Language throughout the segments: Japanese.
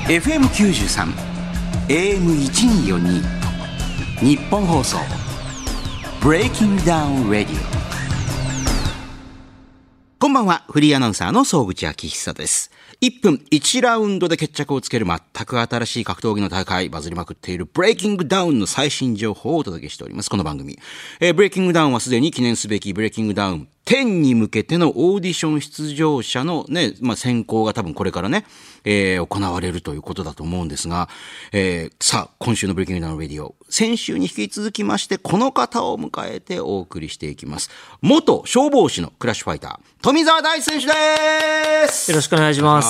FM93 AM1242 日本放送ブレイキングダウンレディオ。こんばんは、フリーアナウンサーの総口昭久です。1分1ラウンドで決着をつける全く新しい格闘技の大会、バズりまくっているブレイキングダウンの最新情報をお届けしております。この番組、ブレイキングダウンはすでに記念すべきブレイキングダウン10に向けてのオーディション出場者のね、選考が多分これからね、行われるということだと思うんですが、さあ、今週のブレイキングダウンレディオ、先週に引き続きまして、この方を迎えてお送りしていきます。元消防士のクラッシュファイター、富澤大地選手です。 よろしくお願いします。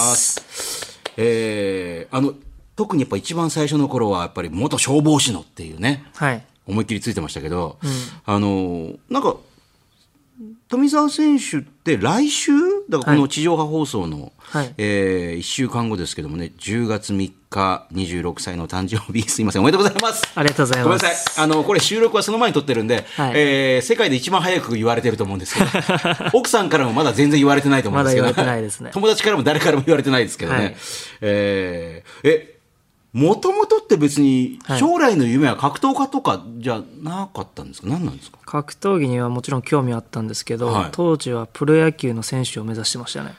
特にやっぱ一番最初の頃はやっぱり元消防士のっていうね、 はい、 思いっきりついてましたけど、なんか富澤選手って来週だからこの地上波放送の、1週間後ですけどもね、10月3日26歳の誕生日、すいません、おめでとうございます。 ありがとうございます。 ごめんなさい、これ収録はその前に撮ってるんで、世界で一番早く言われてると思うんですけど奥さんからもまだ全然言われてないと思うんですけど、 まだ言われてないですね。 友達からも誰からも言われてないですけどね、もともとって別に将来の夢は格闘家とかじゃなかったんですか？何なんですか？ 格闘技にはもちろん興味あったんですけど、当時はプロ野球の選手を目指してましたね。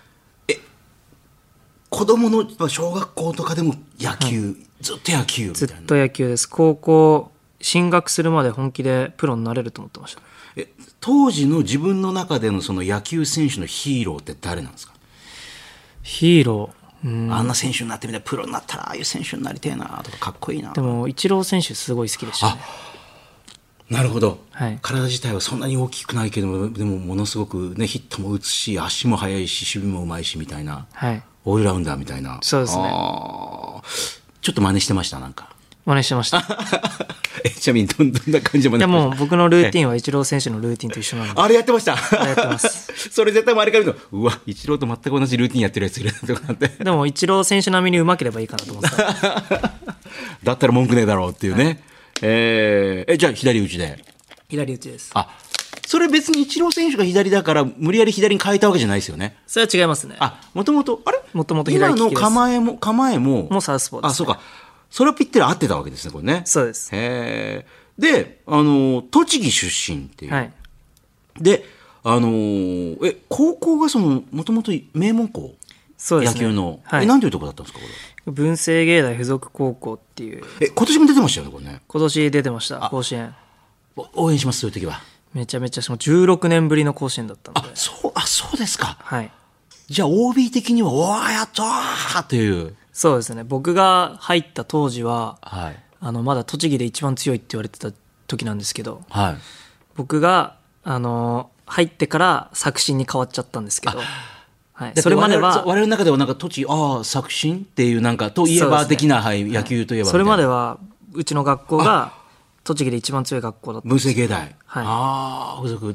子供の小学校とかでも野球、ずっと野球みたいな。 ずっと野球です。高校進学するまで本気でプロになれると思ってました。 当時の自分の中でのその野球選手のヒーローって誰なんですか？ ヒーロー、 あんな選手になってみたい、プロになったらああいう選手になりたいなとか、かっこいいな。 でもイチロー選手すごい好きでしたね。 なるほど、体自体はそんなに大きくないけども、でもものすごく、ね、ヒットも打つし、足も速いし、守備もうまいしみたいな、オールラウンダーみたいな。 そうですね。 ちょっと真似してました。なんか真似してましたちなみにどんな感じで真似してました？ でも僕のルーティンはイチロー選手のルーティンと一緒なので。 あれやってました。 やってますそれ絶対周りから見ると、うわ、イチローと全く同じルーティンやってるやついるとかって。 でもイチロー選手並みに上手ければいいかなと思ってただったら文句ねえだろうっていうね、じゃあ左打ちで。 左打ちです。 それ別にイチロー選手が左だから無理やり左に変えたわけじゃないですよね。 それは違いますね。 もともと左利きです。 今の構えももうサウスポーです、ね。 そうか。それはピッタリ合ってたわけですね、これね。 そうです。 で、栃木出身っていう。で、高校がもともと名門校？そうですね。野球の。なんていうとこだったんですか、これ？ 文星芸大附属高校っていう。 今年も出てましたよね、これね。 今年出てました、甲子園。 応援します、そういう時は。 めちゃめちゃ、16年ぶりの甲子園だったので。 そうですか。じゃあ OB 的には、おー、やったーっていう。 そうですね。僕が入った当時は、まだ栃木で一番強いって言われてた時なんですけど、僕が、入ってから作新に変わっちゃったんですけど、それまでは我々の中ではなんか栃木、作新っていうなんかといえば的な、野球といえばそれまではうちの学校が栃木で一番強い学校だったんです。 文星芸大。附属って、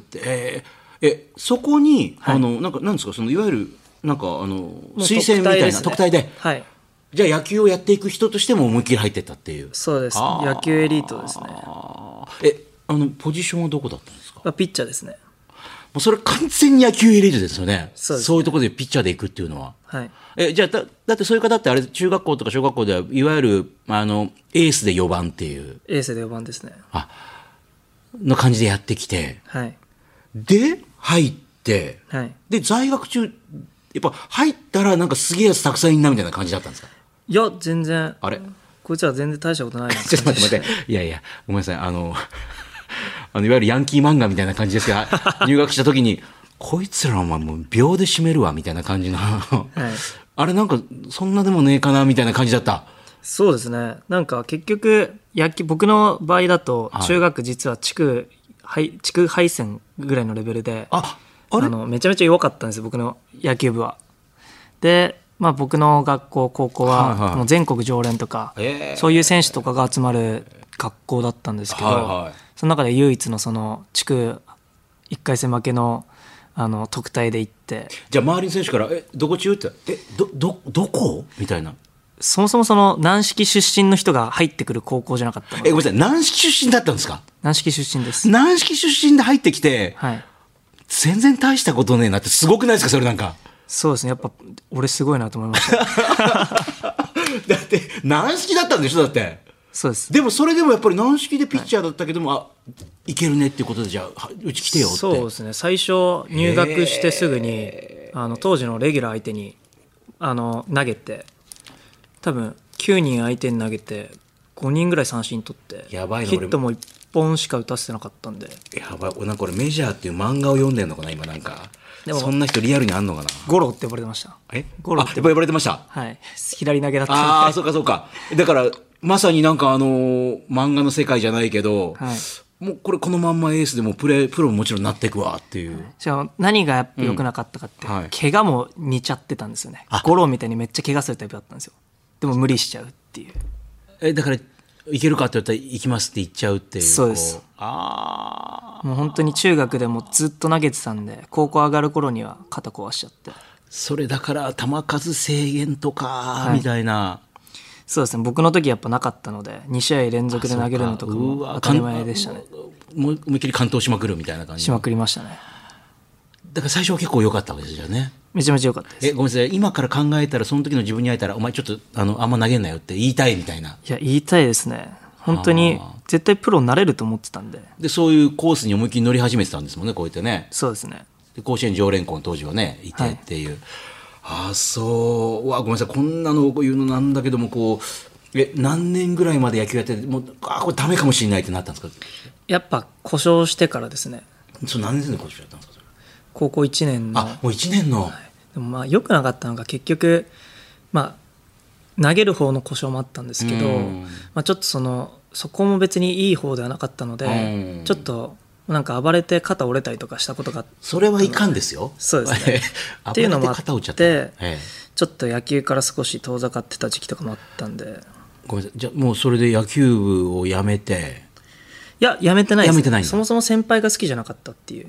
そこに、なんですか、いわゆるなんか推薦みたいな特待で。じゃあ野球をやっていく人としても思いっきり入ってったっていう。 そうです。野球エリートですね。 ポジションはどこだったんですか？ ピッチャーですね。 もうそれ完全に野球エリートですよね。そういうところでピッチャーで行くっていうのは。じゃあだってそういう方ってあれ中学校とか小学校ではいわゆるエースで4番っていう。 エースで4番ですね。 の感じでやってきて。で入って。で在学中やっぱ入ったらなんかすげえやつたくさんいんなみたいな感じだったんですか？ いや全然。こいつは全然大したことないな。 ちょっと待って。いやいやごめんなさいいわゆるヤンキー漫画みたいな感じですが入学した時にこいつらお前もう秒で締めるわみたいな感じのあれなんかそんなでもねえかなみたいな感じだった。 そうですね。なんか結局僕の場合だと中学実は地区敗戦ぐらいのレベルで、めちゃめちゃ弱かったんですよ、僕の野球部は。で、僕の学校高校はもう全国常連とか、そういう選手とかが集まる学校だったんですけど、その中で唯一のその地区1回戦負けの特待で行って。 じゃあ周りの選手からどこ中ってどこみたいな。 そもそもその軟式出身の人が入ってくる高校じゃなかったので。 ごめんなさい、軟式出身だったんですか？ 軟式出身です。 軟式出身で入ってきて、全然大したことねえなってすごくないですか？それなんか。 そうですね。やっぱ俺すごいなと思いましただって軟式だったんでしょだって。 そうです。 でもそれでもやっぱり軟式でピッチャーだったけども、はい、いけるねっていうことで、じゃあうち来てよって。 そうですね。最初入学してすぐに当時のレギュラー相手に投げて、多分9人相手に投げて5人ぐらい三振取って、 やばいの。 ヒットも1本しか打たせてなかったんで。 やばい。なんかこれメジャーっていう漫画を読んでんのかな今なんか。でもそんな人リアルにあんのかな。 ゴロって呼ばれてました。 ゴロって呼ばれてました。 はい。左投げだったんで。 ああ、そうかそうか。だからまさになんか漫画の世界じゃないけど、はい、もうこのまんまエースでもプロももちろんなっていくわっていう。 じゃあ何がやっぱ良くなかったかって、はい、怪我も似ちゃってたんですよね。ゴロみたいにめっちゃ怪我するタイプだったんですよ。でも無理しちゃうっていう。 だからいけるかって言ったら行きますって言っちゃうっていう。 そうです。もう本当に中学でもずっと投げてたんで、高校上がる頃には肩壊しちゃって。 それだから球数制限とかみたいな、はい、 そうですね。僕の時やっぱなかったので2試合連続で投げるのとかも当たり前でしたね。 思いっきり完投しまくるみたいな感じ。 しまくりましたね。 だから最初は結構良かったわけですよね。 めちゃめちゃ良かったです。 ごめんなさい。今から考えたらその時の自分に会えたら、お前ちょっとあんま投げんなよって言いたいみたいな。 いや言いたいですね。本当に絶対プロになれると思ってたんで。 でそういうコースに思いっきり乗り始めてたんですもんね、こうやってね。 そうですね。 で甲子園常連校の当時はねいてっていう、はい、そうごめんなさい。こんなの言うのなんだけども、こう何年ぐらいまで野球やってて、もうこれダメかもしれないってなったんですか。 やっぱ故障してからですね。 何年生で故障やったんですか。それ高校1年の。 もう1年の、はい、 でも良くなかったのが結局投げる方の故障もあったんですけど、ちょっとそこも別にいい方ではなかったので、ちょっとなんか暴れて肩折れたりとかしたことがあった。 それはいかんですよ。 そうですねっていうのもあって、ちょっと野球から少し遠ざかってた時期とかもあったんで。 ごめんなさい。じゃあもうそれで野球部を辞めて。 いや辞めてないです。 辞めてないんだ。 そもそも先輩が好きじゃなかったっていう。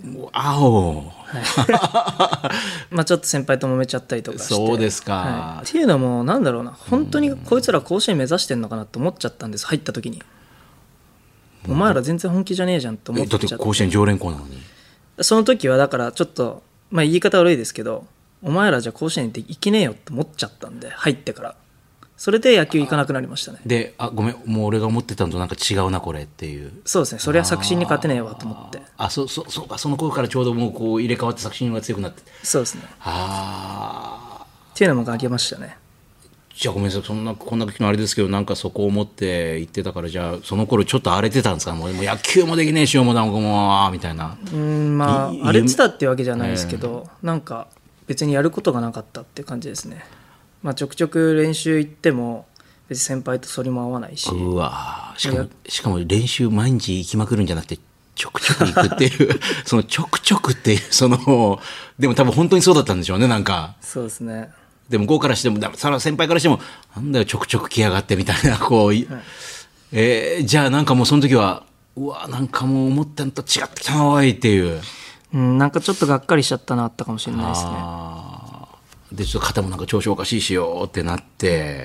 ちょっと先輩と揉めちゃったりとかして。 そうですか、 はい、っていうのもなんだろうな、本当にこいつら甲子園目指してんのかなと思っちゃったんです。入った時にお前ら全然本気じゃねえじゃんと思っちゃって。 だって甲子園常連校なのに。 その時はだからちょっと、言い方悪いですけど、お前らじゃ甲子園って行けねえよって思っちゃったんで、入ってから。それで野球行かなくなりましたね。 で、ごめん、もう俺が思ってたのとなんか違うなこれっていう。 そうですね。それは作新に勝てねえわと思って。 そうか。その頃からちょうどもうこう入れ替わって作新が強くなって。 そうですね。っていうのも書きましたね。 じゃあごめんなさい。こんな時のあれですけど、なんかそこを持って言ってたから、じゃあその頃ちょっと荒れてたんですか。もう野球もできねえしようもなんかもみたいな。 荒れてたっていうわけじゃないですけど、なんか別にやることがなかったって感じですね。ちょくちょく練習行っても別に先輩とそれも合わないし。 うわ、しかも練習毎日行きまくるんじゃなくてちょくちょく行くっていうそのちょくちょくっていうでも多分本当にそうだったんでしょうね。なんかそうですね。 でも向こうからしても先輩からしてもなんだよちょくちょく来やがってみたいなはいじゃあなんかもうその時はなんかもう思ったのと違ってきたなおいっていう、 なんかちょっとがっかりしちゃったなあったかもしれないですね。 でちょっと肩もなんか調子おかしいしよってなって、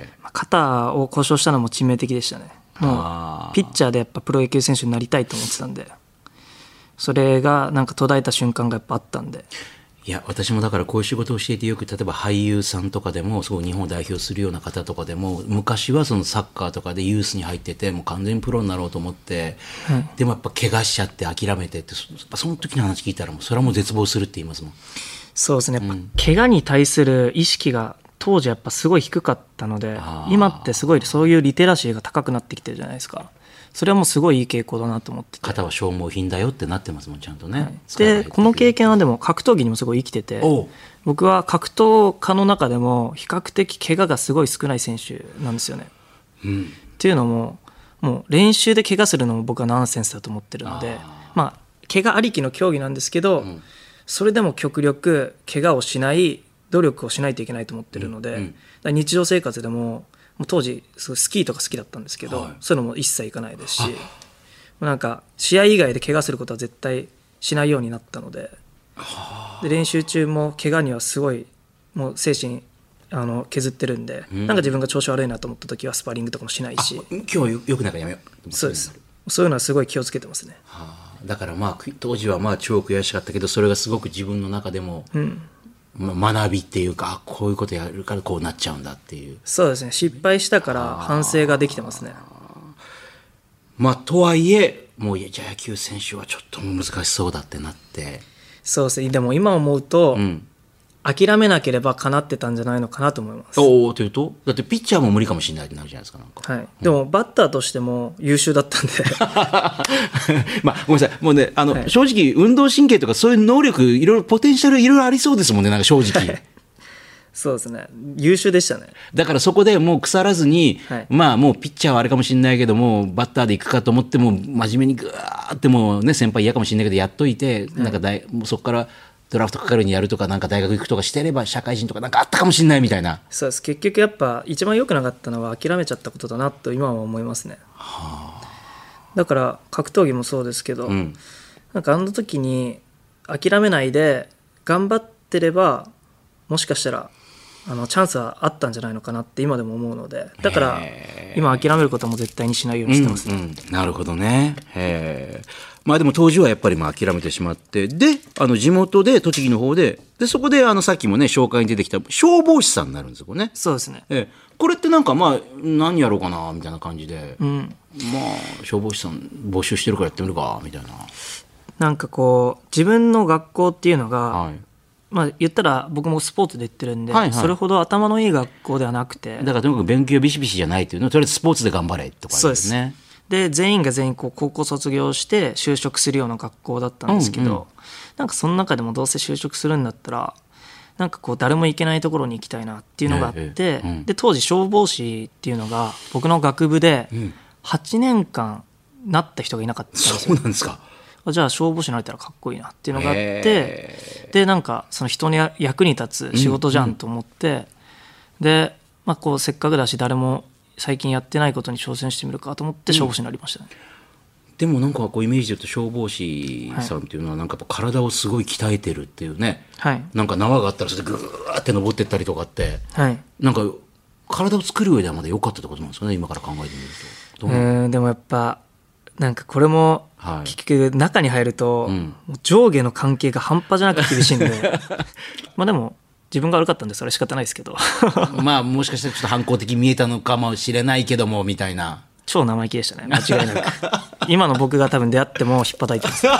肩を故障したのも致命的でしたね。もうピッチャーでやっぱプロ野球選手になりたいと思ってたんで、それがなんか途絶えた瞬間がやっぱあったんで。 いや私もだからこういう仕事をしていて、よく例えば俳優さんとかでもそう日本を代表するような方とかでも、昔はそのサッカーとかでユースに入っててもう完全にプロになろうと思って、でもやっぱ怪我しちゃって諦めてって、その時の話聞いたらもうそれはもう絶望するって言いますもん。 そうですね。やっぱ怪我に対する意識が当時やっぱすごい低かったので、今ってすごいそういうリテラシーが高くなってきてるじゃないですか。それはもうすごいいい傾向だなと思ってて、 肩は消耗品だよってなってますもんちゃんとね、はい、 でこの経験はでも格闘技にもすごい生きてて、僕は格闘家の中でも比較的怪我がすごい少ない選手なんですよね、っていうのももう練習で怪我するのも僕はナンセンスだと思ってるので、怪我ありきの競技なんですけど、それでも極力怪我をしない努力をしないといけないと思ってるので、日常生活でも当時スキーとか好きだったんですけど、そういうのも一切行かないですし、なんか試合以外で怪我することは絶対しないようになったので、練習中も怪我にはすごいもう精神削ってるんで、なんか自分が調子悪いなと思った時はスパーリングとかもしないし、 今日はよくなんかやめよう。 そうです。そういうのはすごい気をつけてますね。 だから当時は超悔しかったけど、それがすごく自分の中でも、 学びっていうか、こういうことやるからこうなっちゃうんだっていう。 そうですね、失敗したから反省ができてますね。 まあとはいえもうじゃあ野球選手はちょっと難しそうだってなって。 そうですね、でも今思うと、 うん、 諦めなければ叶ってたんじゃないのかなと思います。 おお、というと、だってピッチャーも無理かもしれないってなるじゃないですか、なんか。 はい、でもバッターとしても優秀だったんでまあごめんなさい、もうね、 はい、 正直運動神経とかそういう能力いろいろポテンシャルいろいろありそうですもんね、なんか正直。 そうですね、優秀でしたね。 だからそこでもう腐らずに、 はい、 まあもうピッチャーはあれかもしれないけども、バッターでいくかと思っても真面目にぐわーってもうね、先輩嫌かもしれないけどやっといて、なんかもうそこからドラフトかかるにやるとか、なんか大学行くとかしてれば社会人とかなんかあったかもしれないみたいな。 そうです、結局やっぱ一番良くなかったのは諦めちゃったことだなと今は思いますね。だから格闘技もそうですけど、なんかあの時に諦めないで頑張ってればもしかしたらチャンスはあったんじゃないのかなって今でも思うので、だから今諦めることも絶対にしないようにしてますね。 なるほどね。まあでも当時はやっぱりまあ諦めてしまって、で地元で栃木の方で、そこでさっきもね紹介に出てきた消防士さんになるんですよね。 そうですね、 これってなんかまあ何やろうかなみたいな感じで、まあ消防士さん募集してるからやってみるかみたいな。 なんかこう自分の学校っていうのが、 はい、 まあ、言ったら僕もスポーツで言ってるんで、 はいはい、 それほど頭のいい学校ではなくて、 だからとにかく勉強ビシビシじゃないっていうのはとりあえずスポーツで頑張れとかですね。 で全員が全員こう高校卒業して就職するような学校だったんですけど、なんかその中でもどうせ就職するんだったらなんかこう誰も行けないところに行きたいなっていうのがあって、で当時消防士っていうのが僕の学部で8年間なった人がいなかったんですよ。 そうなんですか。 じゃあ消防士になれたらかっこいいなっていうのがあって、でなんかその人に役に立つ仕事じゃんと思って、で、まあ、こうせっかくだし誰も最近やってないことに挑戦してみるかと思って消防士になりましたね。 でもなんかこうイメージで言うと消防士さんっていうのはなんかやっぱ体をすごい鍛えてるっていうね、はい、なんか縄があったらそれでグーって登ってったりとかって、はい、なんか体を作る上ではまだ良かったってことなんですかね、今から考えてみると。 でもやっぱなんかこれも結局中に入ると上下の関係が半端じゃなく厳しいんでまあでも自分が悪かったんでそれは仕方ないですけどまあもしかしたらちょっと反抗的に見えたのかもしれないけどもみたいな。 超生意気でしたね、間違いなく今の僕が多分出会ってもひっぱたいてます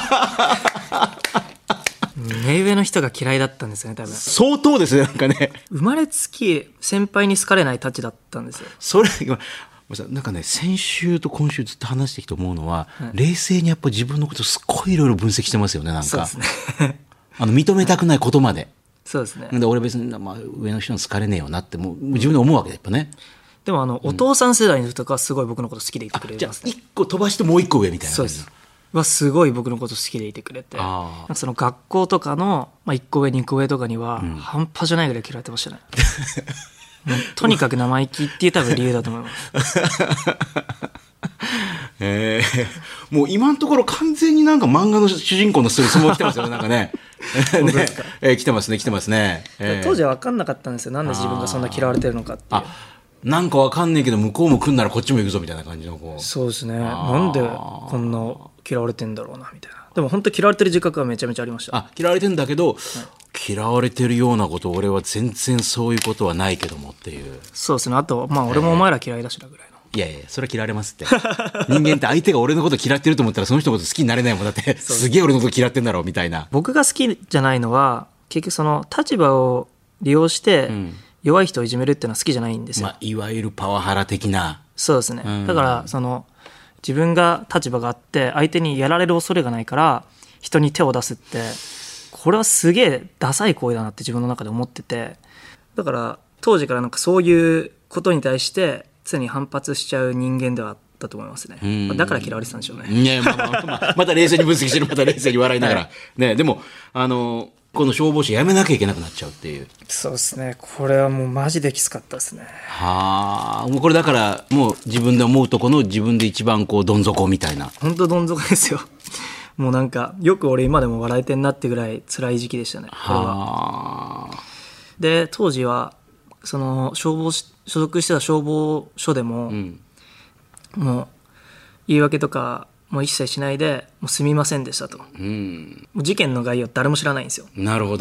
目上の人が嫌いだったんですよね、多分。 相当ですね、なんかね。 生まれつき先輩に好かれないたちだったんですよ。 それなんかね、先週と今週ずっと話してきて思うのは、はい、冷静にやっぱ自分のことすっごいいろいろ分析してますよね、なんか。そうですね認めたくないことまで。 そうですね。 で俺別に、まあ、上の人に好かれねえよなってもう自分で思うわけでやっぱね。 でもお父さん世代の人とかはすごい僕のこと好きでいてくれるんですね。 じゃあ1個飛ばしてもう1個上みたいな。 そうです。はすごい僕のこと好きでいてくれて、なんかその学校とかの、まあ、1個上2個上とかには半端じゃないぐらい嫌われてましたね、とにかく生意気っていう多分理由だと思いますもう今のところ完全になんか漫画の主人公のストーリーそのまま来てますよね、なんかね来てますね来てますね、 当時は分かんなかったんですよ、なんで自分がそんな嫌われてるのかっていう。 なんかわかんないけど向こうも来んならこっちも行くぞみたいな感じのそうですね、なんでこんな嫌われてんだろうなみたいな。でも本当嫌われてる自覚はめちゃめちゃありました。 嫌われてんだけど、はい、嫌われてるようなこと俺は全然そういうことはないけどもっていう。 そうですね、あとまあ俺もお前ら嫌いだしなぐらいの、 いやいやそれは嫌われますって人間って相手が俺のこと嫌ってると思ったらその人のこと好きになれないもん。だってすげえ俺のこと嫌ってんだろうみたいな。 僕が好きじゃないのは結局その立場を利用して弱い人をいじめるっていうのは好きじゃないんですよ、 いわゆるパワハラ的な。 そうですね、だからその自分が立場があって相手にやられる恐れがないから人に手を出すってこれはすげえダサい行為だなって自分の中で思ってて、だから当時からなんかそういうことに対して常に反発しちゃう人間ではあったと思いますね。だから嫌われてたんでしょうね。 いやまた冷静に分析してる、また冷静に笑いながら、はい、ね、でもこの消防士辞めなきゃいけなくなっちゃうっていう。 そうですね、これはもうマジできつかったですね。 もうこれだからもう自分で思うとこの自分で一番こうどん底みたいな。 本当どん底ですよもうなんかよく俺今でも笑えてんなってぐらい辛い時期でしたね、これは。で当時はその所属してた消防署でも、もう言い訳とかもう一切しないでもうすみませんでしたと、もう事件の概要誰も知らないんですよ。 なるほど。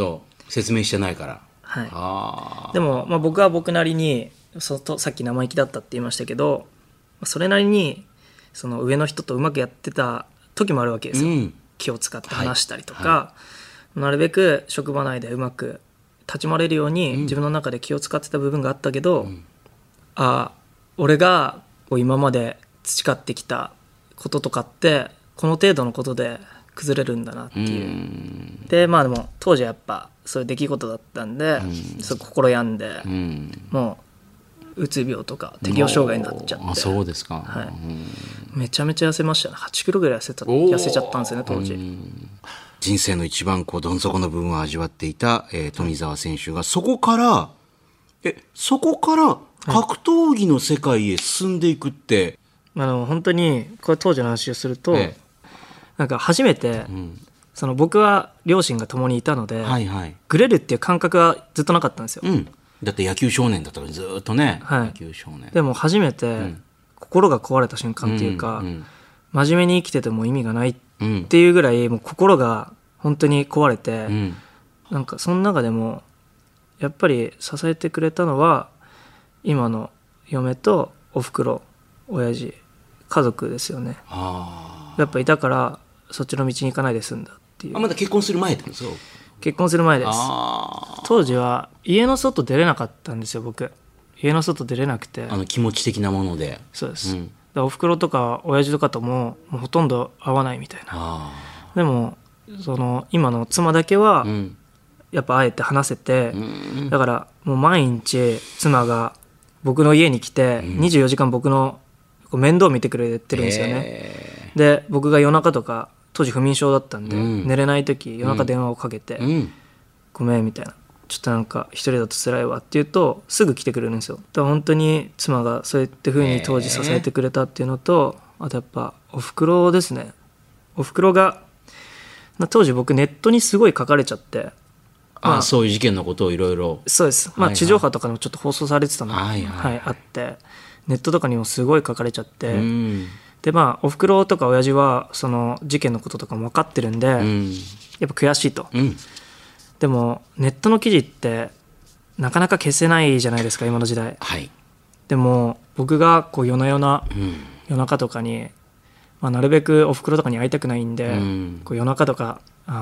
説明してないから。 はい、でも、僕は僕なりにさっき生意気だったって言いましたけど、それなりにその上の人とうまくやってた時もあるわけですよ、気を使って話したりとか、なるべく職場内でうまく立ち回れるように自分の中で気を使ってた部分があったけど、俺がこう今まで培ってきたこととかってこの程度のことで崩れるんだなっていう。ででも当時はやっぱそういう出来事だったんで、そう心病んで、もううつ病とか適応障害になっちゃって。 そうですか。 はい、めちゃめちゃ痩せましたね。8キロぐらい痩せちゃったんですよね当時。 人生の一番どん底の部分を味わっていた、富澤選手がそこから格闘技の世界へ進んでいくって、 本当にこれ当時の話をすると、なんか初めて、その僕は両親が共にいたので、グレるっていう感覚はずっとなかったんですよ、 だって野球少年だったからずっとね、野球少年でも初めて心が壊れた瞬間っていうか、真面目に生きてても意味がないっていうぐらいもう心が本当に壊れて、なんかその中でもやっぱり支えてくれたのは今の嫁とおふくろ、親父、家族ですよね。やっぱいたからそっちの道に行かないで済んだっていう。 まだ結婚する前ってことですか？ 結婚する前です。当時は家の外出れなかったんですよ僕。家の外出れなくて、 気持ち的なもので。 そうです、おふくろとか親父とかともうほとんど会わないみたいな。でもその今の妻だけはやっぱ会えて話せて、だからもう毎日妻が僕の家に来て24時間僕の面倒を見てくれてるんですよね。で僕が夜中とか当時不眠症だったんで、寝れない時夜中電話をかけて、ごめんみたいな、ちょっとなんか一人だと辛いわって言うとすぐ来てくれるんですよ。だから本当に妻がそういった風に当時支えてくれたっていうのと、あとやっぱおふくろですね。おふくろが当時僕ネットにすごい書かれちゃって、 そういう事件のことをいろいろ。 そうです、地上波とかでもちょっと放送されてたのが、あってネットとかにもすごい書かれちゃって、でおふくろとか親父はその事件のこととかも分かってるんで、やっぱ悔しいと、でもネットの記事ってなかなか消せないじゃないですか今の時代、でも僕がこう夜夜中とかに、なるべくおふくろとかに会いたくないんで、こう夜中とか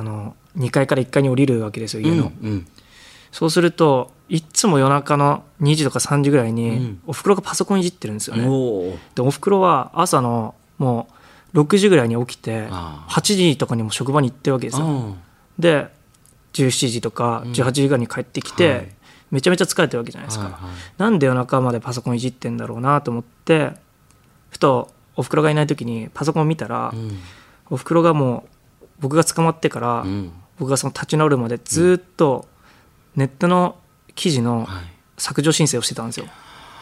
2階から1階に降りるわけですよ家の、そうするといつも夜中の2時とか3時ぐらいにおふくろがパソコンいじってるんですよね。でおふくろは朝のもう6時ぐらいに起きて8時とかにも職場に行ってるわけですよ。で17時とか18時ぐらいに帰ってきて、めちゃめちゃ疲れてるわけじゃないですか、なんで夜中までパソコンいじってんだろうなと思って、ふとおふくろがいない時にパソコンを見たら、おふくろがもう僕が捕まってから、僕がその立ち直るまでずっとネットの記事の削除申請をしてたんですよ。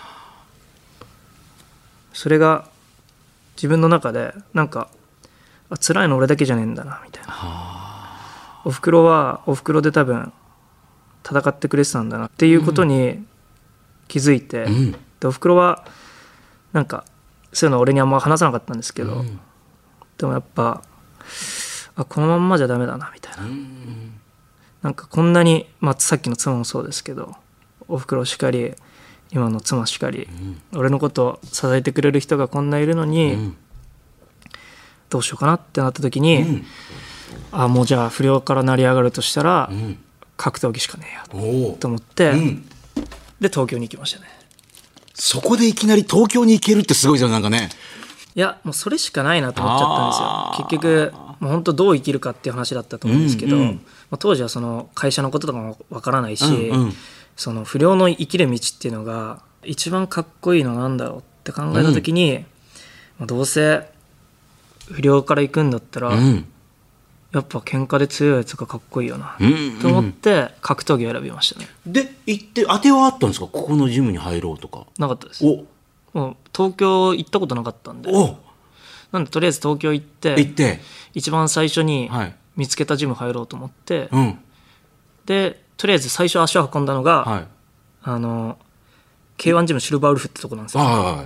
それが自分の中でなんか辛いの俺だけじゃねえんだなみたいな。おふくろはおふくろで多分戦ってくれてたんだなっていうことに気づいて、でおふくろはなんかそういうの俺にあんま話さなかったんですけど、でもやっぱこのまんまじゃダメだなみたいな、なんかこんなに、さっきの妻もそうですけどおふくろしかり今の妻しかり、俺のことを支えてくれる人がこんないるのに、どうしようかなってなった時に、もうじゃあ不良から成り上がるとしたら、格闘技しかねえやと思って、で東京に行きましたね。 そこでいきなり東京に行けるってすごいですよなんかね。 いやもうそれしかないなと思っちゃったんですよ。結局もう本当どう生きるかっていう話だったと思うんですけど、当時はその会社のこととかもわからないし、その不良の生きる道っていうのが一番かっこいいのなんだろうって考えた時に、どうせ不良から行くんだったら、やっぱ喧嘩で強いやつがかっこいいよなと思って格闘技を選びましたね。 で行って当てはあったんですか？ここのジムに入ろうとか。 なかったです。もう東京行ったことなかったんで、なんでとりあえず東京行って一番最初に見つけたジム入ろうと思って、でとりあえず最初足を運んだのが、K1 ジムシルバーウルフってとこなんですよ。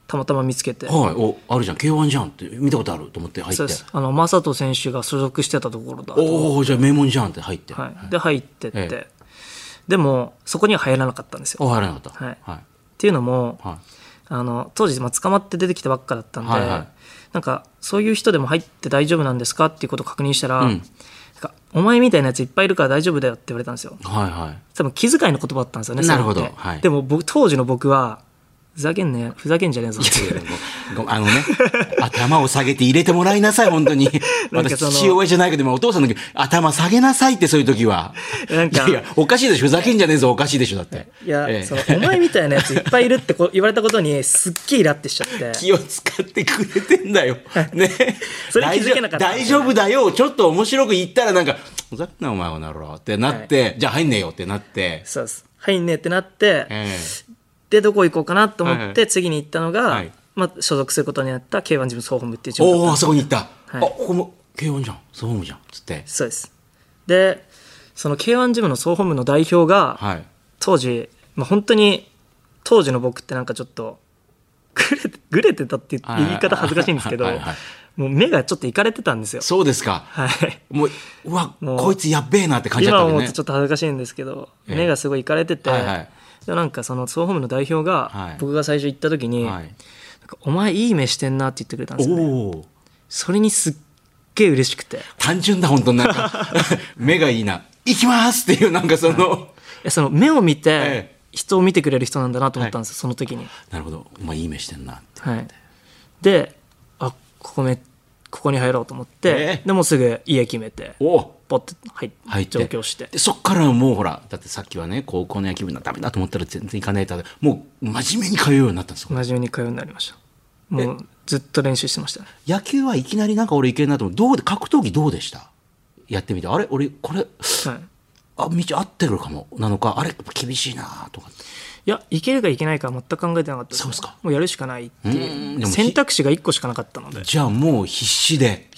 たまたま見つけて、 はい、おあるじゃん K1 じゃんって見たことあると思って入って、 そうです。正人選手が所属してたところだと。 おお、じゃあ名門じゃんって入って、 はい、で入ってって、でもそこには入らなかったんですよ。 入らなかった、 はいはい、っていうのも、はい、当時捕まって出てきたばっかだったんで、はいはい、なんかそういう人でも入って大丈夫なんですかっていうことを確認したら、なんかお前みたいなやついっぱいいるから大丈夫だよって言われたんですよ。 はいはい、 多分気遣いの言葉だったんですよね。 なるほど、はい、 でも当時の僕はふざけんじゃねえぞって。 頭を下げて入れてもらいなさい、本当に。私、父親じゃないけど、お父さんの時、頭下げなさいって、そういう時は。なんかいや、おかしいでしょ、ふざけんじゃねえぞ、おかしいでしょ、だって。 いや、お前みたいなやついっぱいいるって言われたことに、すっげえイラってしちゃって。 気を使ってくれてんだよ。ね。 それ気づけなかった、 大丈夫だよ、ちょっと面白く言ったら、なんか、ふざけんな、お前はなろうってなって、じゃあ入んねえよってなって。 そうです。入んねえってなって、でどこ行こうかなと思って次に行ったのが、所属することになった K1 ジム総本部っていう事務所だったんです。 おお、そこに行った、ここも K1 じゃん、総本部じゃんつって。 そうです。でその K1 ジムの総本部の代表が、当時、本当に当時の僕ってなんかちょっとグレてたって言い方恥ずかしいんですけど、もう目がちょっといかれてたんですよ。 そうですか。 はい。 もうこいつやっべえなって感じだったんでね。 今思うとちょっと恥ずかしいんですけど、目がすごいいかれてて、なんかその総本部の代表が、僕が最初行った時に、なんかお前いい目してんなって言ってくれたんですよね。それにすっげえ嬉しくて。 単純だ、本当になんか目がいいな、行きますっていう、なんかその目を見て人を見てくれる人なんだなと思ったんですよ、その時に。 なるほど、お前いい目してんなって、 で、ここに入ろうと思って、でもすぐ家決めてポッと入って上京して、 でそっからもうほら、だってさっきはね、高校の野球部なダメだと思ったら全然行かないと、もう真面目に通うようになったんですか？ 真面目に通うようになりました。もうずっと練習してましたね。 野球はいきなりなんか俺いけるなと思って、格闘技どうでした？やってみて、あれ俺これ、道合ってるかもなのか、あれ厳しいなとか。 いや、いけるかいけないか全く考えてなかったです。 そうですか。 もうやるしかないっていう選択肢が1個しかなかったので。 じゃあもう必死です。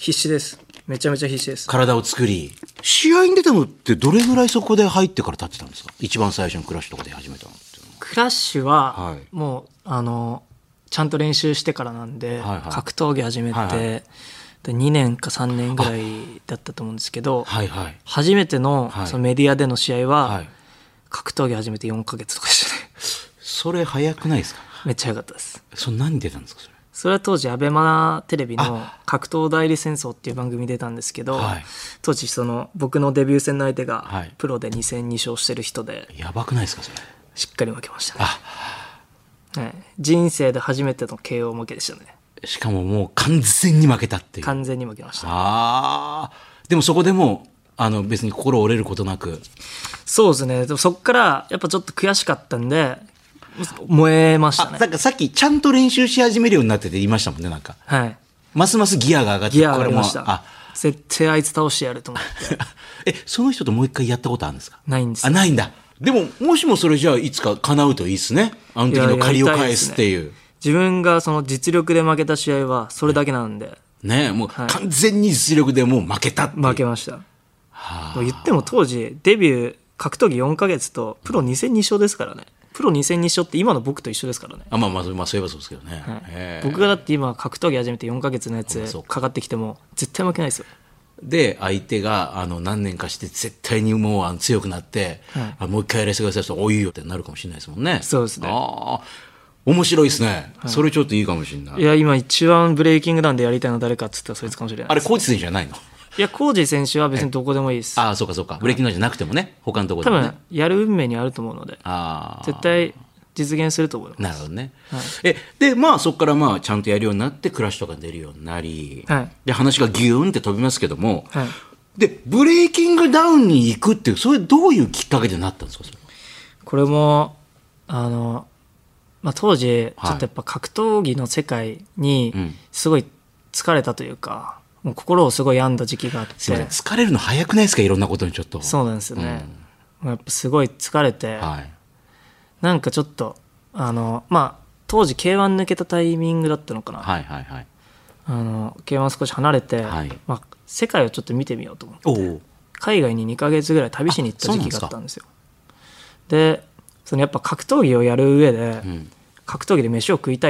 めちゃめちゃ必死です。 体を作り、試合に出たのってどれぐらいそこで入ってから経ってたんですか？一番最初のクラッシュとかで始めたのって。 クラッシュはもうちゃんと練習してからなんで、格闘技始めて、で2年か3年ぐらいだったと思うんですけど、初めてのそのメディアでの試合は、格闘技始めて4ヶ月とかでしたね。 それ早くないですか？ めっちゃ早かったです。 何出たんですか？ それは当時アベマテレビの格闘代理戦争っていう番組に出たんですけど、当時僕のデビュー戦の相手がプロで2戦2勝してる人で、 やばくないですかそれ？ しっかり負けましたね。人生で初めての KO 負けでしたね。 しかももう完全に負けたっていう。 完全に負けました。 でもそこでも別に心折れることなく。 そうですね。でもそこからやっぱちょっと悔しかったんで燃えましたね。 なんかさっきちゃんと練習し始めるようになってて言いましたもんね。なんかますますギアが上がって、 ギアが上がりました。絶対あいつ倒してやると思ってその人ともう一回やったことあるんですか？ ないんです。 ないんだ。でももしもそれじゃあいつか叶うといいですね。あの時の借りを返すっていう。 自分がその実力で負けた試合はそれだけなんでもう完全に実力でもう負けたっていう。 負けました。言っても当時デビュー格闘技4ヶ月とプロ2戦2勝ですからね。プロ2戦2勝って今の僕と一緒ですからね。 まあそういえばそうですけどね。 僕がだって今格闘技始めて4ヶ月のやつかかってきても絶対負けないですよ。で相手が何年かして絶対にもう強くなって、もう一回やらせてくださいとおいいよってなるかもしれないですもんね。 そうですね。 面白いですね、それちょっといいかもしれない。 いや今一番ブレイキングダウンでやりたいのは誰かっつったらそいつかもしれない。 あれコーチ選手じゃないの？ いやコージ選手は別にどこでもいいです。 そうかブレイキングダウンじゃなくてもね、他のところでもね、 多分やる運命にあると思うので絶対実現すると思います。 なるほどね。でそこからちゃんとやるようになってクラッシュとか出るようになり、で話がギューンって飛びますけども、でブレイキングダウンに行くっていう、それどういうきっかけでなったんですか？ これも当時ちょっとやっぱ格闘技の世界にすごい疲れたというか、もう心をすごい病んだ時期があって。 すいません、疲れるの早くないですか？いろんなことにちょっと。 そうなんですよね、やっぱすごい疲れて、なんかちょっと当時 K1 抜けたタイミングだったのかな。K1 少し離れて、世界をちょっと見てみようと思って海外に2ヶ月ぐらい旅しに行った時期があったんですよ。でやっぱ格闘技をやる上で、格闘技で飯を食いたいっ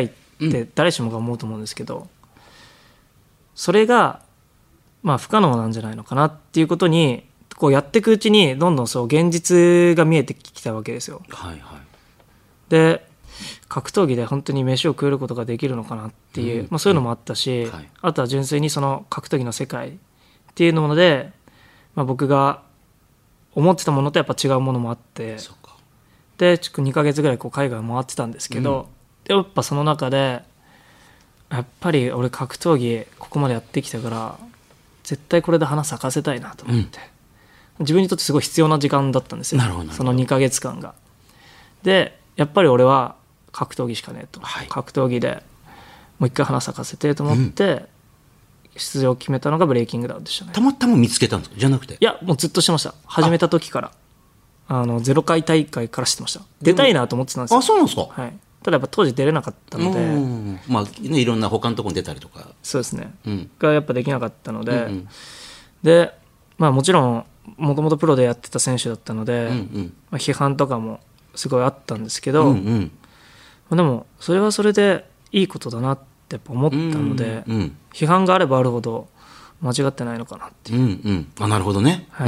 って誰しもが思うと思うんですけど、それがまあ不可能なんじゃないのかなっていうことにこうやっていくうちにどんどんそう現実が見えてきたわけですよ。 はいはい。 で格闘技で本当に飯を食えることができるのかなっていう、まあ、そういうのもあったし、 はい、 あとは純粋にその格闘技の世界っていうので、まあ、僕が思ってたものとやっぱ違うものもあって、 そうか。 で2ヶ月ぐらいこう海外を回ってたんですけど、やっぱその中でやっぱり俺格闘技ここまでやってきたから絶対これで花咲かせたいなと思って、自分にとってすごい必要な時間だったんですよ。 なるほど。 その2ヶ月間が。でやっぱり俺は格闘技しかねえと、 はい、 格闘技でもう一回花咲かせてと思って、出場を決めたのがブレイキングダウンでしたね。 たまたま見つけたんですか？じゃなくて。 いやもうずっとしてました。始めた時から0回大会からしてました。出たいなと思ってたんですよ。 あ、そうなんですか。 はい、ただやっぱ当時出れなかったので、 まあね、いろんな他のところに出たりとか、 そうですね、がやっぱできなかったので、 で、 まあもちろんもともとプロでやってた選手だったので、まあ、批判とかもすごいあったんですけど、でもそれはそれでいいことだなってやっぱ思ったので、批判があればあるほど間違ってないのかなっていう、 あ、なるほどね、 はい、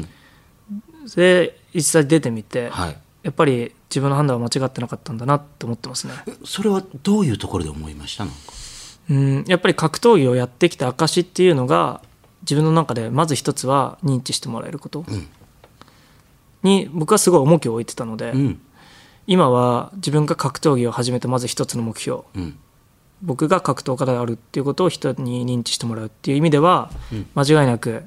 で実際出てみて、 はい、 やっぱり自分の判断は間違ってなかったんだなって思ってますね。 それはどういうところで思いましたの？ やっぱり格闘技をやってきた証っていうのが自分の中でまず一つは認知してもらえることに僕はすごい重きを置いてたので、今は自分が格闘技を始めてまず一つの目標、僕が格闘家であるっていうことを人に認知してもらうっていう意味では、間違いなく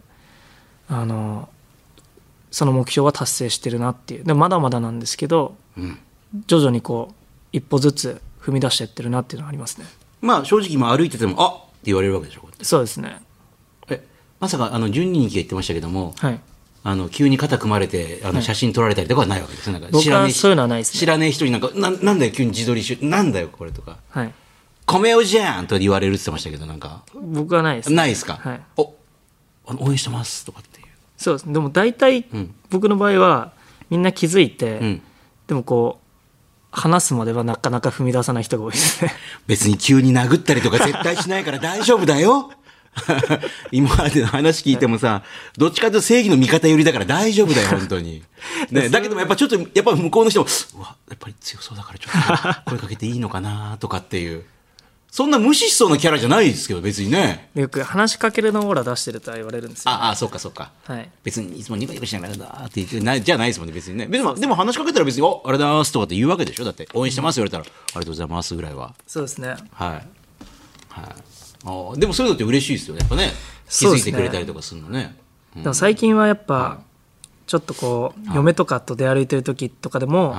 その目標は達成してるなっていう。でもまだまだなんですけど、徐々にこう一歩ずつ踏み出していってるなっていうのはありますね。 まあ正直今歩いててもあって言われるわけでしょ。 そうですね。 まさか12人が言ってましたけども、 はい、 急に肩組まれて写真撮られたりとかはないわけです。なんか僕はそういうのはないですね。 知らねえ人になんだよ急に自撮りしなんだよこれとか、 はい、 米をじゃんと言われるって言ってましたけど、なんか僕はないです、ね、 ないですか、 はい、 応援してますとかっていう。 そうです。でも大体僕の場合はみんな気づいて、でもこう話すまではなかなか踏み出さない人が多いですね。 別に急に殴ったりとか絶対しないから大丈夫だよ。今までの話聞いてもさ、どっちかというと正義の味方寄りだから大丈夫だよ本当に、ね、だけどもやっぱちょっとやっぱ向こうの人もうわやっぱり強そうだからちょっと声かけていいのかなとかっていうそんな無視しそうなキャラじゃないですけど別にね。 よく話しかけるのオーラ出してるとは言われるんですよ、ね、 そうかそうか、はい、別にいつもニコニコしながらだって言ってないじゃないですもんね別にね。でも話しかけたら別にあれだーすとかって言うわけでしょ。だって応援してます言われたら、ありがとうございますぐらいは。 そうですね。 はいでもそういうのって嬉しいですよねやっぱね。気づいてくれたりとかするのね。 でも最近はやっぱちょっとこう嫁とかと出歩いてる時とかでも、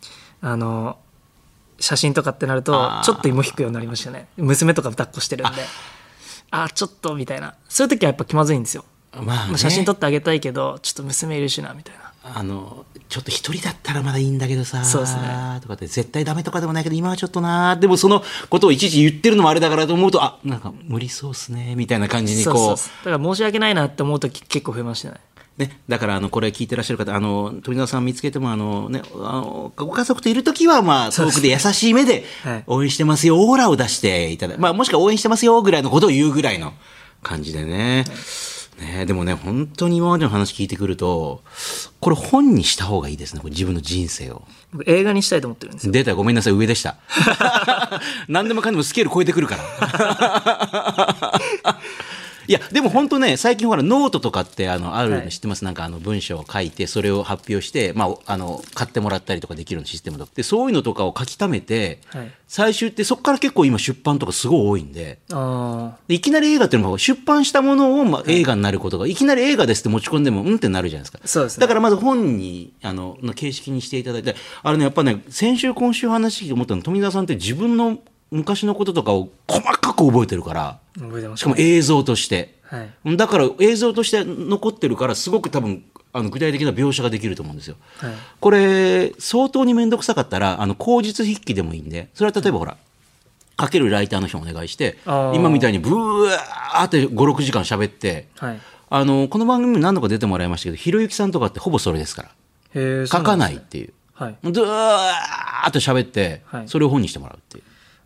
写真とかってなるとちょっと芋引くようになりましたね。娘とか抱っこしてるんでちょっとみたいな。そういう時はやっぱ気まずいんですよ。写真撮ってあげたいけどちょっと娘いるしなみたいな。 ちょっと一人だったらまだいいんだけどさそうですねとかって絶対ダメとかでもないけど今はちょっとなでもそのことをいちいち言ってるのもあれだからと思うとなんか無理そうっすねみたいな感じにこうそうだから申し訳ないなって思う時結構増えましたね。 だからこれ聞いてらっしゃる方富澤さん見つけてもご家族といる時は遠くで優しい目で応援してますよオーラを出していただもしくは応援してますよぐらいのことを言うぐらいの感じでね。でもね本当に今までの話聞いてくるとこれ本にした方がいいですね。これ自分の人生を僕映画にしたいと思ってるんですよ。 出たごめんなさい上でした何でもかんでもスケール超えてくるからいやでも本当ね最近ほらノートとかってあるの知ってます、なんか文章を書いてそれを発表して、買ってもらったりとかできるシステムでそういうのとかを書き溜めて、最終ってそこから結構今出版とかすごい多いんで、いきなり映画っていうのも出版したものを映画になることが、いきなり映画ですって持ち込んでもってなるじゃないですか。 そうですね、 だからまず本にの形式にしていただいてやっぱね先週今週話聞いて思ったの富澤さんって自分の昔のこととかを細かく覚えてるから、しかも映像として、だから映像として残ってるからすごく多分具体的な描写ができると思うんですよ、これ相当に面倒くさかったら口述筆記でもいいんで、それは例えばほら書けるライターの人をお願いして今みたいにブワーって 5,6 時間喋って、この番組に何度か出てもらいましたけどひろゆきさんとかってほぼそれですから書かないっていう、ずーっと喋って、それを本にしてもらうっていう。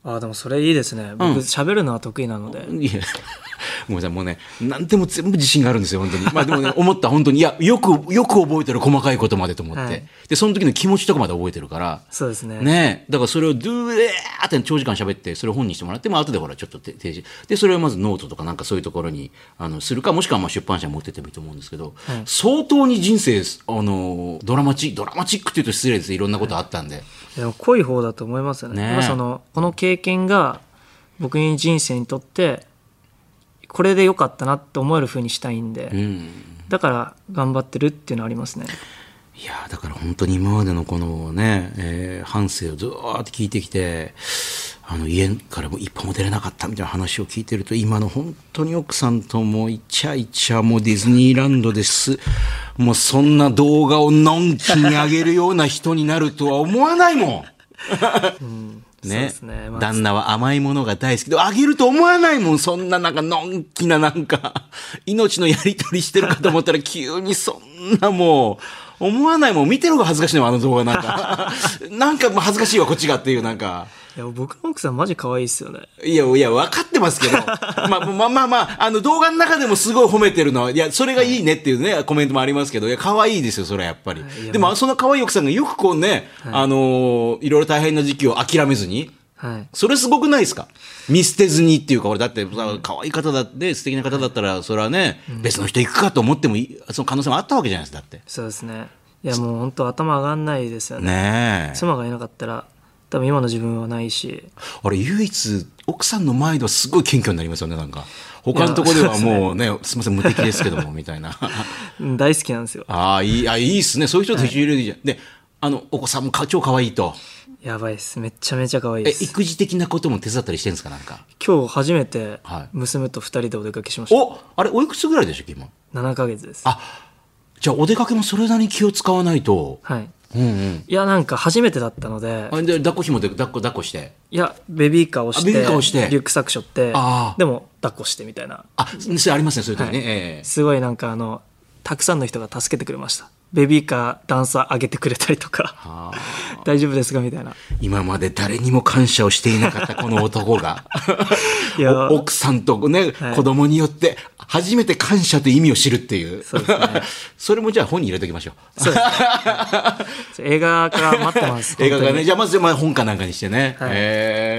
でもそれいいですね。僕喋るのは得意なので。 いやごめんなさい、もうね、何でも全部自信があるんですよ、本当に。まあでもね、思った、本当に、いや、よく覚えてる、細かいことまでと思って。はい、で、その時の気持ちとかまで覚えてるから。 そうですね。 ね、だからそれをドゥーって長時間喋って、それを本にしてもらって、まあ後でほら、ちょっと提示。で、それをまずノートとかなんかそういうところに、するか、もしくはまあ出版社に持ってってもいいと思うんですけど、はい、相当に人生、ドラマチックって言うと失礼です。いろんなことあったんで。はい、 でも濃い方だと思いますよね。この経験が、僕に人生にとってこれで良かったなって思える風にしたいんで、だから頑張ってるっていうのはありますね。 いやだから本当に今までのこのね、半生をずーっと聞いてきて、家からも一歩も出れなかったみたいな話を聞いてると、今の本当に奥さんともイチャイチャもディズニーランドです。もうそんな動画をのんきに上げるような人になるとは思わないもん。ね、旦那は甘いものが大好きで、あげると思わないもん。そんななんかのんきななんか命のやり取りしてるかと思ったら急にそんなもう思わないもん。見てる方が恥ずかしいの、あの動画なんかなんか恥ずかしいわこっちがっていうなんか。 いや僕の奥さんマジ可愛いっすよね。 いや分かってますけどまあ動画の中でもすごい褒めてるのは、いやそれがいいねっていうねコメントもありますけど、いや可愛いですよそれはやっぱり。でもその可愛い奥さんがよくこうね、はい、いろいろ大変な時期を諦めずに、はい、それすごくないですか。見捨てずにっていうか、俺だって可愛い方だって素敵な方だったらそれはね、別の人行くかと思ってもその可能性もあったわけじゃないですか。だってそうですね。いやもう本当頭上がんないですよね。 ねえ、 妻がいなかったら多分今の自分はないし。 あれ唯一奥さんの前ではすごい謙虚になりますよね。なんか他のところではもうね、すみません無敵ですけどもみたいな大好きなんですよ。 いいっすね。そういう人と一緒にいるでいいじゃん。でお子さんも超可愛いと。 やばいです。めちゃめちゃ可愛いです。 育児的なことも手伝ったりしてるんですか。なんか今日初めて娘と2人でお出かけしました。 あれおいくつぐらいでしたっけ今。 7ヶ月です。 じゃあお出かけもそれなりに気を使わないと。 はい。いやなんか初めてだったので。 で抱っこ紐で抱っこして。 いやベビーカーをしてリュックサック背負ってでも抱っこしてみたいな。 それありますねそういう時ね。 すごいなんかたくさんの人が助けてくれました。ベビーカー段差上げてくれたりとか大丈夫ですかみたいな。 今まで誰にも感謝をしていなかったこの男が奥さんとね、はい、子供によって初めて感謝という意味を知るっていう。そうですね。それもじゃあ本に入れておきましょう。そうですね。 映画化待ってます。 映画化ね。じゃあまず本かなんかにしてね。はい、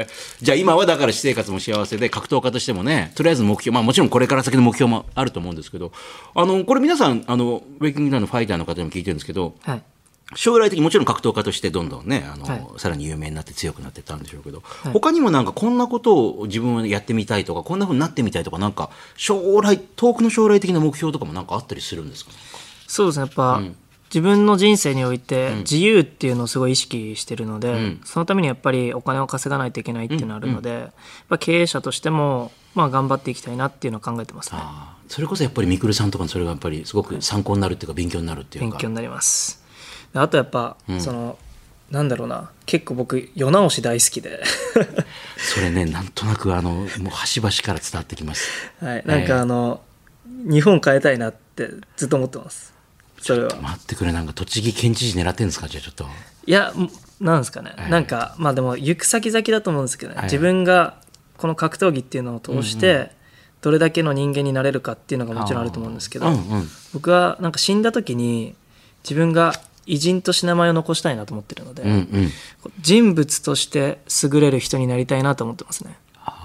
じゃあ今はだから私生活も幸せで格闘家としてもね、とりあえず目標、もちろんこれから先の目標もあると思うんですけど、これ皆さんブレイキングダウンのファイターの方にも聞いてるんですけど、はい、将来的にもちろん格闘家としてどんどんねさらに有名になって強くなっていったんでしょうけど、はい、他にもなんかこんなことを自分はやってみたいとかこんな風になってみたいとか、なんか遠くの将来的な目標とかもなんかあったりするんですか。 そうですね。やっぱ、自分の人生において自由っていうのをすごい意識してるので、そのためにやっぱりお金を稼がないといけないっていうのがあるので、やっぱ経営者としても頑張っていきたいなっていうのを考えてますね。 それこそやっぱりみくるさんとかそれがやっぱりすごく参考になるっていうか勉強になるっていうか。 勉強になります。あとやっぱ、なんだろうな、結構僕世直し大好きでそれねなんとなくもう端々から伝わってきます。 はい、なんか日本変えたいなってずっと思ってます。それは待ってくれ、なんか栃木県知事狙ってるんですか。じゃあちょっといやなんですかね、なんかでも行く先々だと思うんですけどね、自分がこの格闘技っていうのを通してどれだけの人間になれるかっていうのがもちろんあると思うんですけど、僕はなんか死んだ時に自分が偉人として名前を残したいなと思ってるので、人物として優れる人になりたいなと思ってますね。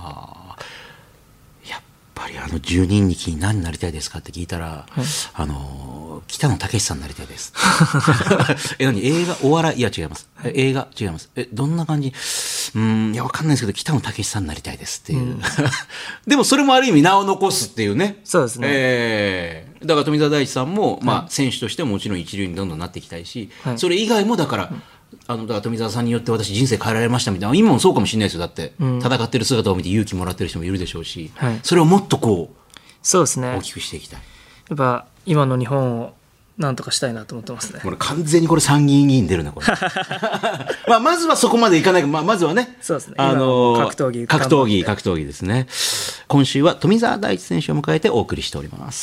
やっぱり12人に何になりたいですかって聞いたら、北野武さんになりたいです何映画お笑い、いや違います、映画違います、どんな感じ、いやわかんないですけど北野武さんになりたいですっていう、でもそれもある意味名を残すっていうね。 そうですね、 だから富澤大地さんも、選手としてももちろん一流にどんどんなっていきたいし、それ以外もだから、だから富澤さんによって私人生変えられましたみたいな、今もそうかもしれないですよ。だって、戦ってる姿を見て勇気もらってる人もいるでしょうし、それをもっとこうそうですね、 大きくしていきたい。 やっぱ今の日本をなんとかしたいなと思ってますね。 これ完全にこれ参議院議員出るねこれまずはそこまでいかないか、まずはね、 そうですね、格闘技ですね。今週は富澤大地選手を迎えてお送りしております。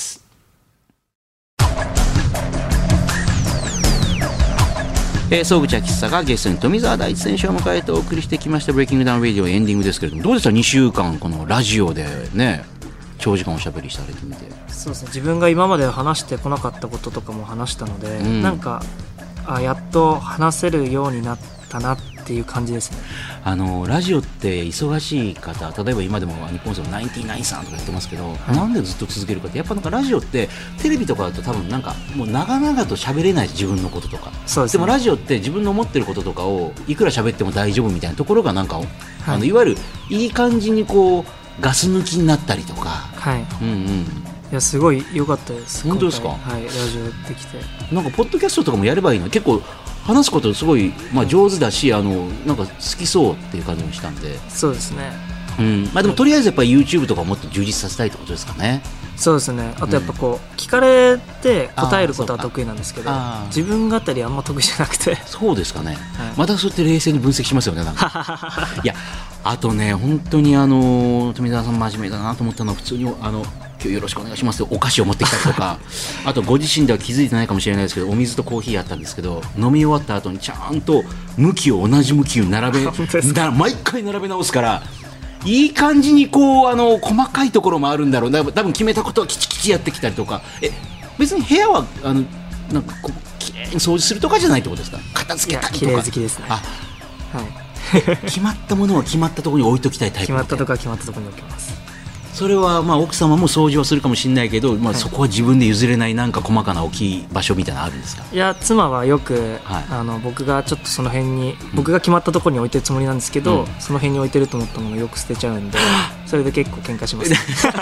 総口昭久がゲストに富澤大地選手を迎えてお送りしてきましたブレイキングダウンレディオエンディングですけれども、どうでした2週間このラジオでね長時間おしゃべりされてみて。 そうですね、自分が今まで話してこなかったこととかも話したので、なんかやっと話せるようになったなっていう感じですね。 ラジオって忙しい方、例えば今でも日本放送のナインティナインさんとかやってますけど、なんでずっと続けるかって、やっぱなんかラジオってテレビとかだと多分なんかもう長々と喋れない、自分のこととか。 そうですね、 でもラジオって自分の思ってることとかをいくら喋っても大丈夫みたいなところがなんか、いわゆるいい感じにこうガス抜きになったりとか、 いやすごい良かったです。 本当ですか？ はい、ラジオできて、なんかポッドキャストとかもやればいいの。結構話すことすごい、上手だし、なんか好きそうっていう感じもしたんで。 そうですね、 でもとりあえずやっぱり YouTube とかもっと充実させたいってことですかね。 そうですね、あとやっぱこう、聞かれて答えることは得意なんですけど、自分語りあんま得意じゃなくて。 そうですかね、またそうやって冷静に分析しますよねなんかいや、あとね本当に富澤さん真面目だなと思ったのは、普通に今日よろしくお願いしますってお菓子を持ってきたりとかあとご自身では気づいてないかもしれないですけど、お水とコーヒーあったんですけど、飲み終わった後にちゃんと向きを同じ向きに並べ毎回並べ直すから、いい感じにこう細かいところもあるんだろう。多分決めたことはきちきちやってきたりとか。別に部屋はなんかこうきれいに掃除するとかじゃないってことですか？片付けたりとか。 きれい好きですね。 決まったものは決まったところに置いときたいタイプ。 決まったところは決まったところに置きます。 それは奥様も掃除はするかもしれないけど、そこは自分で譲れないなんか細かな置き場所みたいなのあるんですか？ いや、妻はよく、僕がちょっとその辺に、僕が決まったところに置いてるつもりなんですけど、その辺に置いてると思ったものをよく捨てちゃうんでそれで結構喧嘩します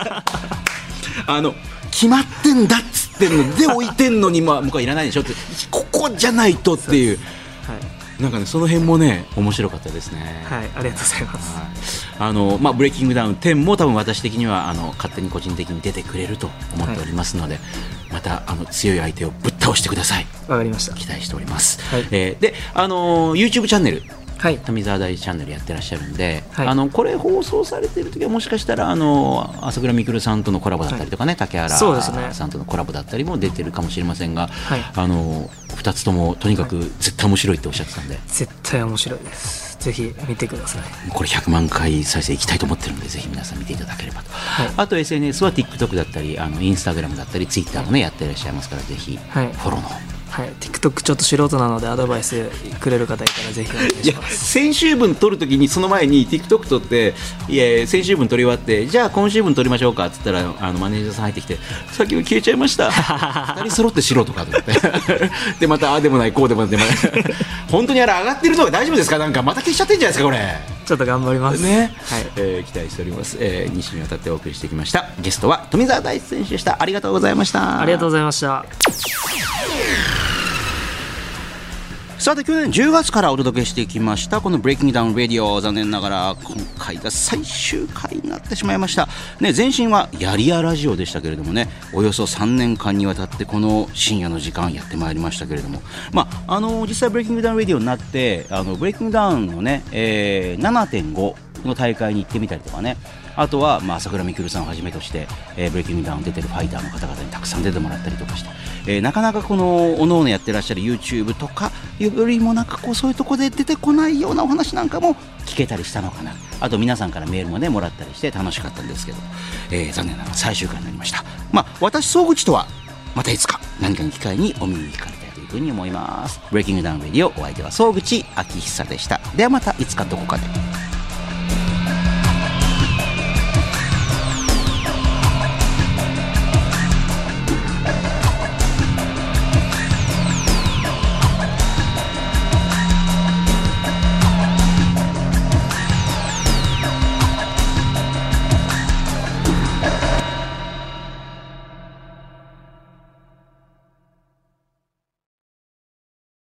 決まってんだっつってんので置いてんのに向こうはいらないでしょって、ここじゃないとっていう。なんかね、その辺もね面白かったですね。 はい、ありがとうございます。 ブレイキングダウン10も多分私的には勝手に個人的に出てくれると思っておりますので、また強い相手をぶっ倒してください。 わかりました。 期待しております。でYouTube チャンネル、富澤大地チャンネルやってらっしゃるんで、これ放送されている時はもしかしたら朝倉未来さんとのコラボだったりとかね、竹原さんとのコラボだったりも出てるかもしれませんが、2つともとにかく絶対面白いっておっしゃってたんで、 絶対面白いです。ぜひ見てください。 これ100万回再生いきたいと思ってるので、ぜひ皆さん見ていただければと。あと SNS は TikTok だったりInstagram だったり Twitter もねやってらっしゃいますから、ぜひフォローの方。 TikTok ちょっと素人なのでアドバイスくれる方いたらぜひお願いします。 先週分撮るときにその前に TikTok 撮って、先週分撮り終わって、じゃあ今週分撮りましょうかって言ったらマネージャーさん入ってきて、さっきの消えちゃいました2人揃って素人かと思ってでまたああでもないこうでもない本当にあれ上がってるとか大丈夫ですか？なんかまた消しちゃってんじゃないですかこれ。 ちょっと頑張りますね。期待しております。2週にわたってお送りしてきました。ゲストは富澤大地選手でした。ありがとうございました。 ありがとうございました。 さて去年10月からお届けしてきましたこのブレイキングダウンレディオ、残念ながら今回が最終回になってしまいました、前身はやりやラジオでしたけれどもね、およそ3年間にわたってこの深夜の時間やってまいりましたけれども、実際ブレイキングダウンレディオになってブレイキングダウンのね、7.5 の大会に行ってみたりとかね、あとは朝倉未来さんをはじめとして、ブレイキングダウン出てるファイターの方々にたくさん出てもらったりとかして、なかなかこのおのおのやってらっしゃる YouTube とかよりもなんかこうそういうところで出てこないようなお話なんかも聞けたりしたのかな。あと皆さんからメールもねもらったりして楽しかったんですけど、残念ながら最終回になりました。私総口とはまたいつか何かの機会にお耳にかかりたいというふうに思います。ブレイキングダウンレディオ、お相手は総口昭久でした。ではまたいつかどこかで。